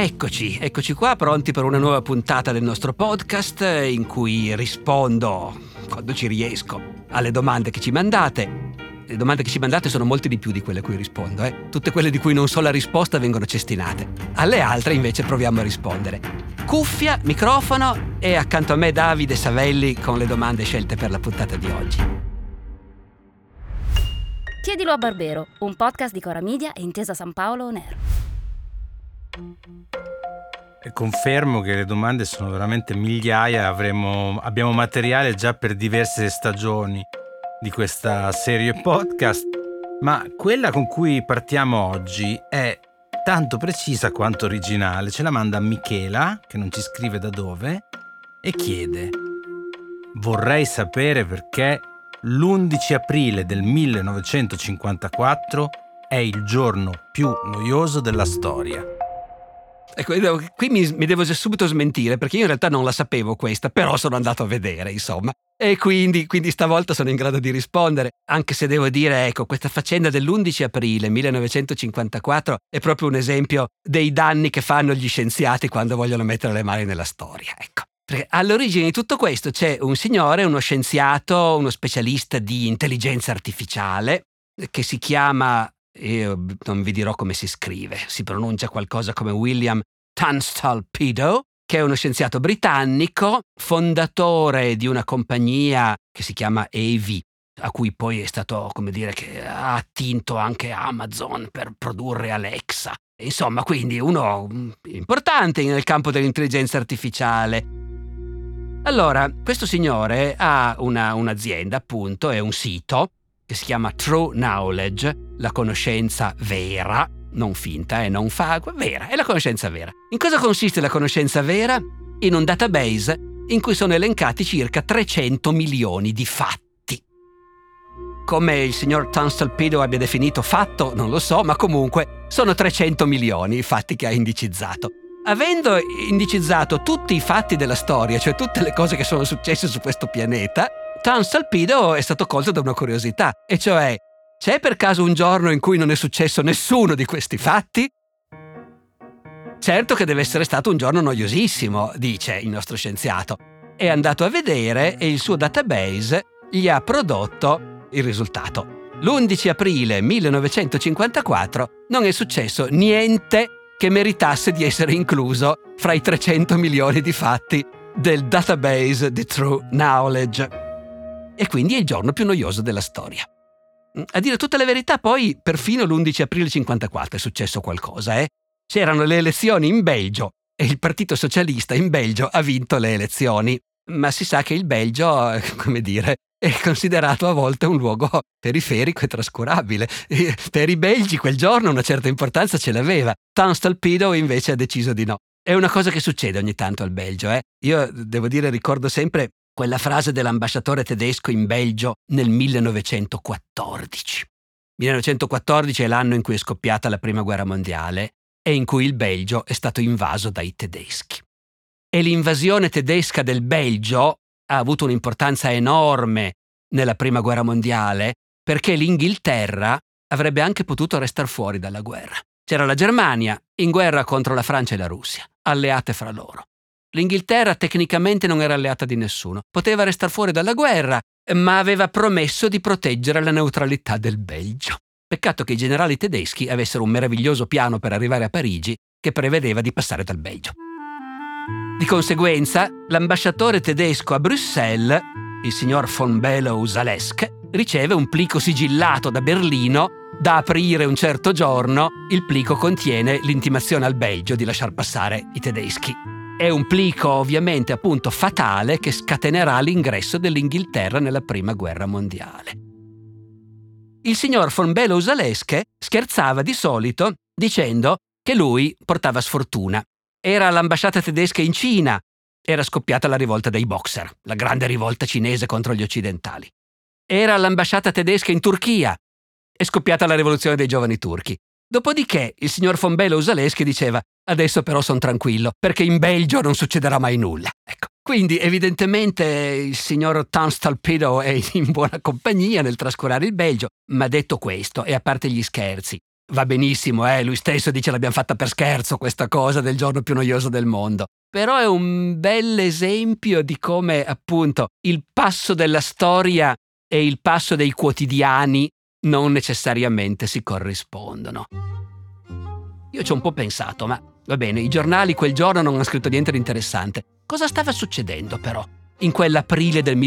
Eccoci qua, pronti per una nuova puntata del nostro podcast in cui rispondo, quando ci riesco, alle domande che ci mandate. Le domande che ci mandate sono molte di più di quelle a cui rispondo, Tutte quelle di cui non so la risposta vengono cestinate. Alle altre invece proviamo a rispondere. Cuffia, microfono e accanto a me Davide Savelli con le domande scelte per la puntata di oggi. Chiedilo a Barbero, un podcast di Cora Media e Intesa San Paolo On Air. Confermo che le domande sono veramente migliaia, abbiamo materiale già per diverse stagioni di questa serie podcast, ma quella con cui partiamo oggi è tanto precisa quanto originale. Ce la manda Michela, che non ci scrive da dove, e chiede: vorrei sapere perché l'11 aprile del 1954 è il giorno più noioso della storia. Ecco, qui mi devo subito smentire, perché io in realtà non la sapevo questa, però sono andato a vedere, insomma. E quindi stavolta sono in grado di rispondere, anche se devo dire, ecco, questa faccenda dell'11 aprile 1954 è proprio un esempio dei danni che fanno gli scienziati quando vogliono mettere le mani nella storia, ecco. Perché all'origine di tutto questo c'è un signore, uno scienziato, uno specialista di intelligenza artificiale, che si chiama... Io non vi dirò come si scrive, si pronuncia qualcosa come William Tunstall Pedo, che è uno scienziato britannico, fondatore di una compagnia che si chiama AV, a cui poi è stato, come dire, che ha attinto anche Amazon per produrre Alexa. Insomma, quindi uno importante nel campo dell'intelligenza artificiale. Allora, questo signore ha un'azienda, appunto, è un sito che si chiama True Knowledge, la conoscenza vera, non finta, non fa, vera, è la conoscenza vera. In cosa consiste la conoscenza vera? In un database in cui sono elencati circa 300 milioni di fatti. Come il signor Tunstall Pedo abbia definito fatto, non lo so, ma comunque sono 300 milioni i fatti che ha indicizzato. Avendo indicizzato tutti i fatti della storia, cioè tutte le cose che sono successe su questo pianeta, Tunstall Pedo è stato colto da una curiosità, e cioè, c'è per caso un giorno in cui non è successo nessuno di questi fatti? Certo che deve essere stato un giorno noiosissimo, dice il nostro scienziato. È andato a vedere e il suo database gli ha prodotto il risultato. L'11 aprile 1954 non è successo niente che meritasse di essere incluso fra i 300 milioni di fatti del database di True Knowledge. E quindi è il giorno più noioso della storia. A dire tutta la verità, poi, perfino l'11 aprile 54 è successo qualcosa, C'erano le elezioni in Belgio e il Partito Socialista in Belgio ha vinto le elezioni. Ma si sa che il Belgio, come dire, è considerato a volte un luogo periferico e trascurabile. Per i belgi quel giorno una certa importanza ce l'aveva. Tunstall Pedo invece ha deciso di no. È una cosa che succede ogni tanto al Belgio, Io, devo dire, ricordo sempre quella frase dell'ambasciatore tedesco in Belgio nel 1914. 1914 è l'anno in cui è scoppiata la Prima Guerra Mondiale e in cui il Belgio è stato invaso dai tedeschi. E l'invasione tedesca del Belgio ha avuto un'importanza enorme nella Prima Guerra Mondiale, perché l'Inghilterra avrebbe anche potuto restare fuori dalla guerra. C'era la Germania in guerra contro la Francia e la Russia, alleate fra loro. L'Inghilterra tecnicamente non era alleata di nessuno, poteva restare fuori dalla guerra, ma aveva promesso di proteggere la neutralità del Belgio. Peccato che i generali tedeschi avessero un meraviglioso piano per arrivare a Parigi che prevedeva di passare dal Belgio. Di conseguenza, l'ambasciatore tedesco a Bruxelles, il signor von Below-Zalesk, riceve un plico sigillato da Berlino da aprire un certo giorno. Il plico contiene l'intimazione al Belgio di lasciar passare i tedeschi. È un plico ovviamente appunto fatale che scatenerà l'ingresso dell'Inghilterra nella Prima Guerra Mondiale. Il signor von Below-Zalesk scherzava di solito dicendo che lui portava sfortuna. Era all'ambasciata tedesca in Cina, era scoppiata la rivolta dei Boxer, la grande rivolta cinese contro gli occidentali. Era all'ambasciata tedesca in Turchia, è scoppiata la rivoluzione dei giovani turchi. Dopodiché il signor von Below-Zalesk diceva: adesso però sono tranquillo, perché in Belgio non succederà mai nulla. Ecco. Quindi evidentemente il signor Tunstall Pedo è in buona compagnia nel trascurare il Belgio, ma detto questo, e a parte gli scherzi, va benissimo, lui stesso dice l'abbiamo fatta per scherzo questa cosa del giorno più noioso del mondo. Però è un bel esempio di come appunto il passo della storia e il passo dei quotidiani non necessariamente si corrispondono. Io ci ho un po' pensato, ma va bene, i giornali quel giorno non hanno scritto niente di interessante. Cosa stava succedendo però in quell'aprile del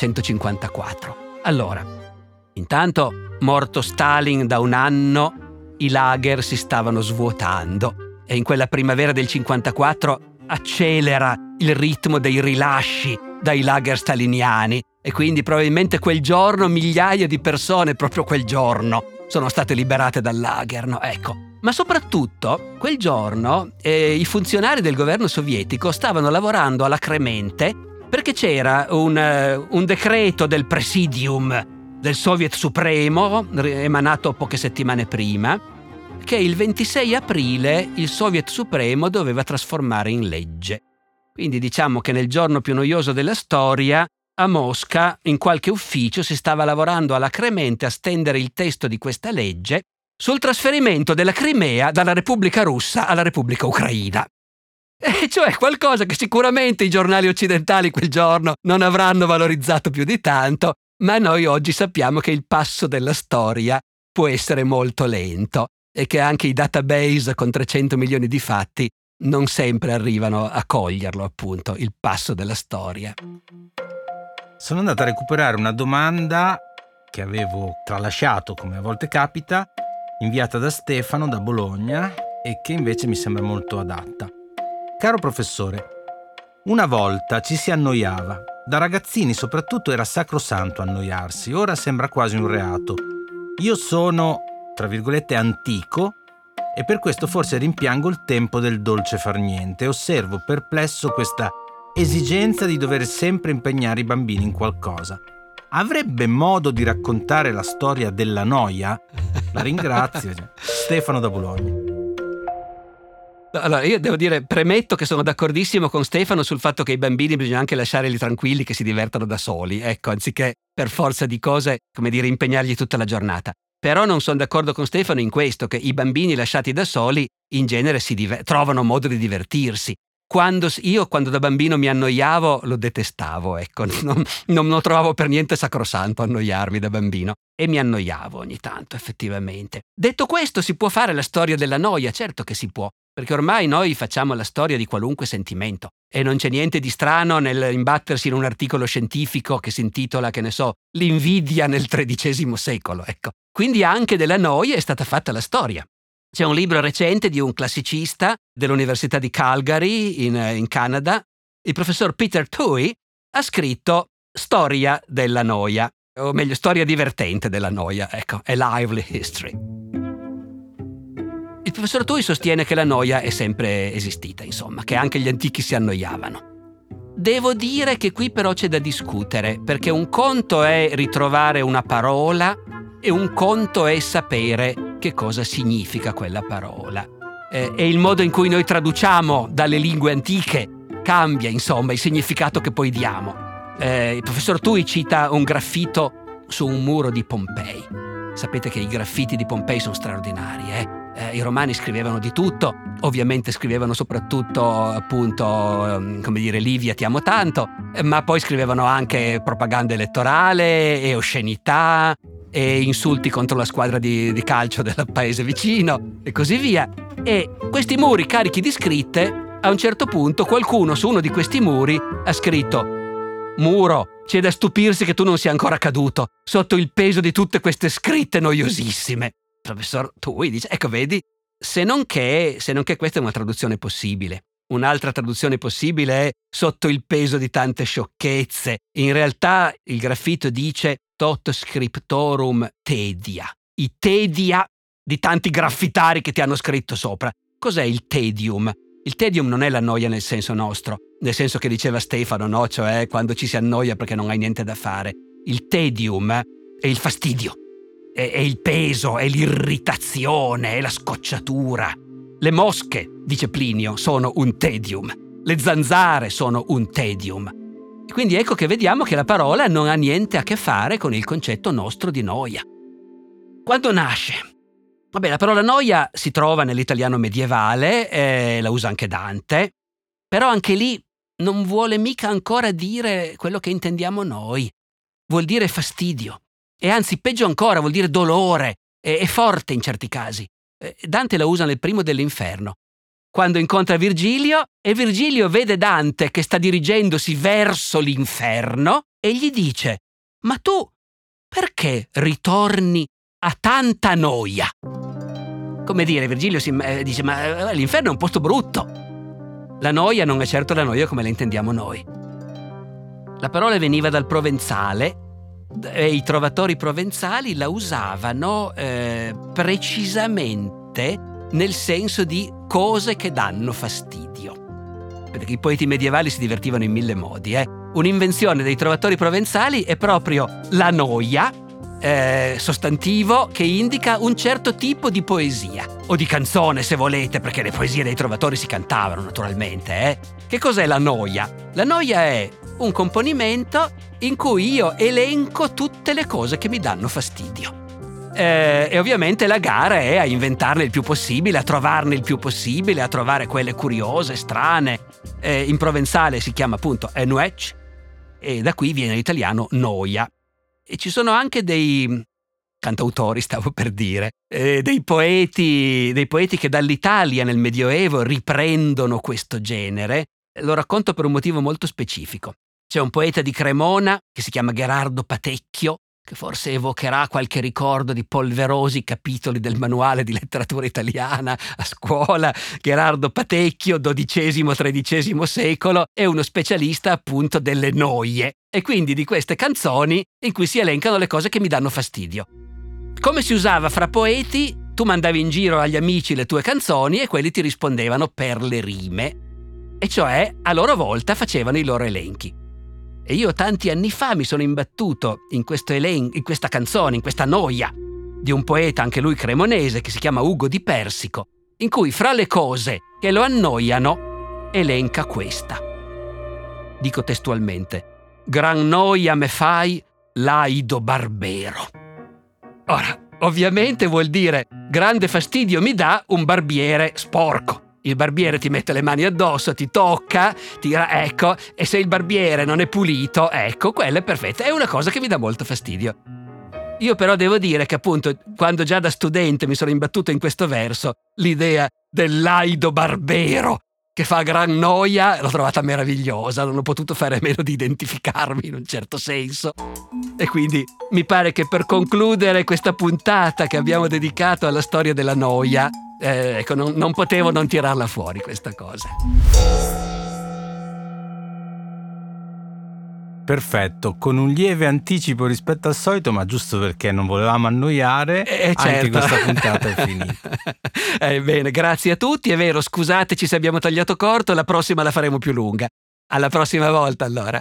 1954? Allora, intanto, morto Stalin da un anno, i lager si stavano svuotando e in quella primavera del 54 accelera il ritmo dei rilasci dai lager staliniani e quindi probabilmente quel giorno migliaia di persone proprio quel giorno sono state liberate dal lager, no? Ecco. Ma soprattutto quel giorno i funzionari del governo sovietico stavano lavorando alacremente perché c'era un decreto del Presidium del Soviet Supremo emanato poche settimane prima che il 26 aprile il Soviet Supremo doveva trasformare in legge. Quindi diciamo che nel giorno più noioso della storia a Mosca in qualche ufficio si stava lavorando alacremente a stendere il testo di questa legge sul trasferimento della Crimea dalla Repubblica Russa alla Repubblica Ucraina. E cioè qualcosa che sicuramente i giornali occidentali quel giorno non avranno valorizzato più di tanto, ma noi oggi sappiamo che il passo della storia può essere molto lento e che anche i database con 300 milioni di fatti non sempre arrivano a coglierlo, appunto, il passo della storia. Sono andato a recuperare una domanda che avevo tralasciato, come a volte capita, inviata da Stefano da Bologna e che invece mi sembra molto adatta. Caro professore, una volta ci si annoiava. Da ragazzini soprattutto era sacrosanto annoiarsi, ora sembra quasi un reato. Io sono, tra virgolette, antico e per questo forse rimpiango il tempo del dolce far niente e osservo perplesso questa esigenza di dover sempre impegnare i bambini in qualcosa. Avrebbe modo di raccontare la storia della noia? La ringrazio. Stefano da Bologna. Allora, io devo dire, premetto che sono d'accordissimo con Stefano sul fatto che i bambini bisogna anche lasciarli tranquilli, che si divertano da soli, ecco, anziché per forza di cose, come dire, impegnargli tutta la giornata. Però non sono d'accordo con Stefano in questo, che i bambini lasciati da soli in genere trovano modo di divertirsi. Quando da bambino mi annoiavo, lo detestavo, ecco, non lo trovavo per niente sacrosanto annoiarmi da bambino e mi annoiavo ogni tanto, effettivamente. Detto questo, si può fare la storia della noia, certo che si può, perché ormai noi facciamo la storia di qualunque sentimento e non c'è niente di strano nel imbattersi in un articolo scientifico che si intitola, che ne so, l'invidia nel XIII secolo, ecco. Quindi anche della noia è stata fatta la storia. C'è un libro recente di un classicista dell'Università di Calgary in Canada, il professor Peter Toohey, ha scritto Storia della noia, o meglio, storia divertente della noia, ecco, a lively history. Il professor Toohey sostiene che la noia è sempre esistita, insomma, che anche gli antichi si annoiavano. Devo dire che qui però c'è da discutere, perché un conto è ritrovare una parola e un conto è sapere che cosa significa quella parola. E il modo in cui noi traduciamo dalle lingue antiche cambia, insomma, il significato che poi diamo. Il professor Toohey cita un graffito su un muro di Pompei. Sapete che i graffiti di Pompei sono straordinari, I romani scrivevano di tutto, ovviamente scrivevano soprattutto, appunto, come dire, Livia ti amo tanto, ma poi scrivevano anche propaganda elettorale e oscenità e insulti contro la squadra di calcio del paese vicino e così via. E questi muri carichi di scritte, a un certo punto qualcuno su uno di questi muri ha scritto: Muro, c'è da stupirsi che tu non sia ancora caduto sotto il peso di tutte queste scritte noiosissime. Il professor Toohey dice: ecco, vedi, se non che questa è una traduzione possibile. Un'altra traduzione possibile è sotto il peso di tante sciocchezze. In realtà il graffito dice tot scriptorum tedia, i tedia di tanti graffitari che ti hanno scritto sopra. Cos'è il tedium? Il tedium non è la noia nel senso nostro, nel senso che diceva Stefano, no? Cioè quando ci si annoia perché non hai niente da fare. Il tedium è il fastidio, è il peso, è l'irritazione, è la scocciatura. Le mosche, dice Plinio, sono un tedium. Le zanzare sono un tedium. E quindi ecco che vediamo che la parola non ha niente a che fare con il concetto nostro di noia. Quando nasce Vabbè, la parola noia si trova nell'italiano medievale, la usa anche Dante, però anche lì non vuole mica ancora dire quello che intendiamo noi. Vuol dire fastidio. E anzi, peggio ancora, vuol dire dolore. È forte in certi casi. Dante la usa nel primo dell'Inferno, quando incontra Virgilio e Virgilio vede Dante che sta dirigendosi verso l'inferno e gli dice: ma tu perché ritorni a tanta noia? Come dire, Virgilio dice: ma l'inferno è un posto brutto. La noia non è certo la noia come la intendiamo noi. La parola veniva dal provenzale e i trovatori provenzali la usavano precisamente nel senso di cose che danno fastidio. Perché i poeti medievali si divertivano in mille modi. Un'invenzione dei trovatori provenzali è proprio la noia, sostantivo che indica un certo tipo di poesia o di canzone, se volete, perché le poesie dei trovatori si cantavano naturalmente. Che cos'è la noia? La noia è un componimento in cui io elenco tutte le cose che mi danno fastidio. E ovviamente la gara è a inventarne il più possibile, a trovarne il più possibile, a trovare quelle curiose, strane. In provenzale si chiama appunto ennuyec e da qui viene l'italiano noia. E ci sono anche dei cantautori, stavo per dire, dei poeti che dall'Italia nel Medioevo riprendono questo genere. Lo racconto per un motivo molto specifico. C'è un poeta di Cremona che si chiama Gherardo Patecchio, che forse evocherà qualche ricordo di polverosi capitoli del manuale di letteratura italiana a scuola. Gherardo Patecchio, XII-XIII secolo, è uno specialista appunto delle noie e quindi di queste canzoni in cui si elencano le cose che mi danno fastidio. Come si usava fra poeti, tu mandavi in giro agli amici le tue canzoni e quelli ti rispondevano per le rime, e cioè a loro volta facevano i loro elenchi. E io tanti anni fa mi sono imbattuto in questa canzone, in questa noia di un poeta, anche lui cremonese, che si chiama Ugo di Persico, in cui fra le cose che lo annoiano elenca questa. Dico testualmente: gran noia me fai laido barbero. Ora, ovviamente vuol dire grande fastidio mi dà un barbiere sporco. Il barbiere ti mette le mani addosso, ti tocca, ecco, e se il barbiere non è pulito, ecco, quella è perfetta. È una cosa che mi dà molto fastidio. Io però devo dire che appunto, quando già da studente mi sono imbattuto in questo verso, l'idea del laido barbero che fa gran noia l'ho trovata meravigliosa, non ho potuto fare a meno di identificarmi in un certo senso. E quindi mi pare che per concludere questa puntata che abbiamo dedicato alla storia della noia, ecco, non potevo non tirarla fuori questa cosa. Perfetto, con un lieve anticipo rispetto al solito, ma giusto perché non volevamo annoiare, certo. Anche questa puntata è finita. Bene, grazie a tutti, è vero, scusateci se abbiamo tagliato corto, la prossima la faremo più lunga. Alla prossima volta allora.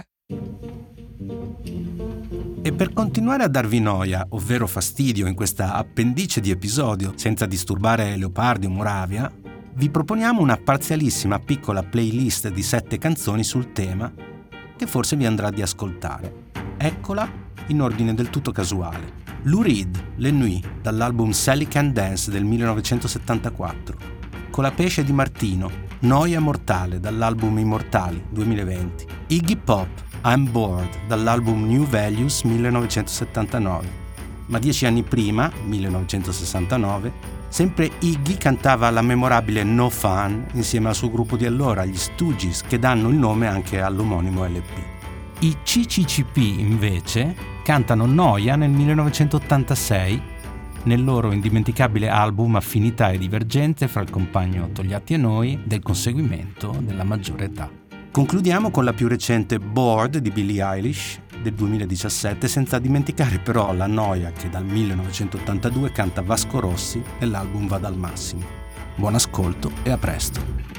E per continuare a darvi noia, ovvero fastidio, in questa appendice di episodio, senza disturbare Leopardi o Moravia, vi proponiamo una parzialissima piccola playlist di 7 canzoni sul tema che forse vi andrà di ascoltare. Eccola in ordine del tutto casuale. Lou Reed, Les Nuits, dall'album Sally Can Dance del 1974. Colapesce di Martino, Noia Mortale, dall'album Immortali 2020. Iggy Pop, I'm Bored, dall'album New Values 1979. Ma 10 anni prima, 1969, sempre Iggy cantava la memorabile No Fun insieme al suo gruppo di allora, gli Stooges, che danno il nome anche all'omonimo LP. I CCCP, invece, cantano Noia nel 1986, nel loro indimenticabile album Affinità e Divergenze fra il compagno Togliatti e noi del conseguimento della maggiore età. Concludiamo con la più recente Bored di Billie Eilish del 2017, senza dimenticare però la noia che dal 1982 canta Vasco Rossi nell'album Va dal Massimo. Buon ascolto e a presto.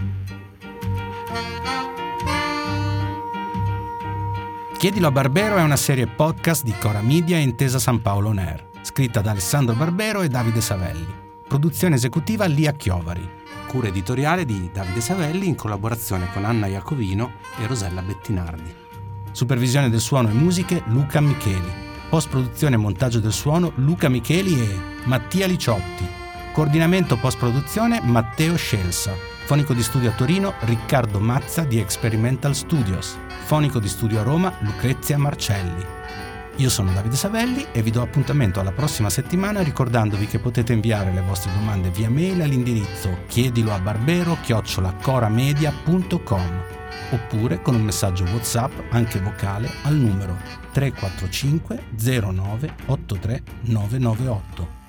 Chiedilo a Barbero è una serie podcast di Cora Media e Intesa San Paolo On Air, scritta da Alessandro Barbero e Davide Savelli. Produzione esecutiva Lia Chiovari. Cura editoriale di Davide Savelli in collaborazione con Anna Iacovino e Rosella Bettinardi. Supervisione del suono e musiche Luca Micheli. Post-produzione e montaggio del suono Luca Micheli e Mattia Liciotti. Coordinamento post-produzione Matteo Scelsa. Fonico di studio a Torino Riccardo Mazza di Experimental Studios. Fonico di studio a Roma Lucrezia Marcelli. Io sono Davide Savelli e vi do appuntamento alla prossima settimana ricordandovi che potete inviare le vostre domande via mail all'indirizzo chiediloabarbero@coramedia.com oppure con un messaggio WhatsApp anche vocale al numero 345 09 83 998.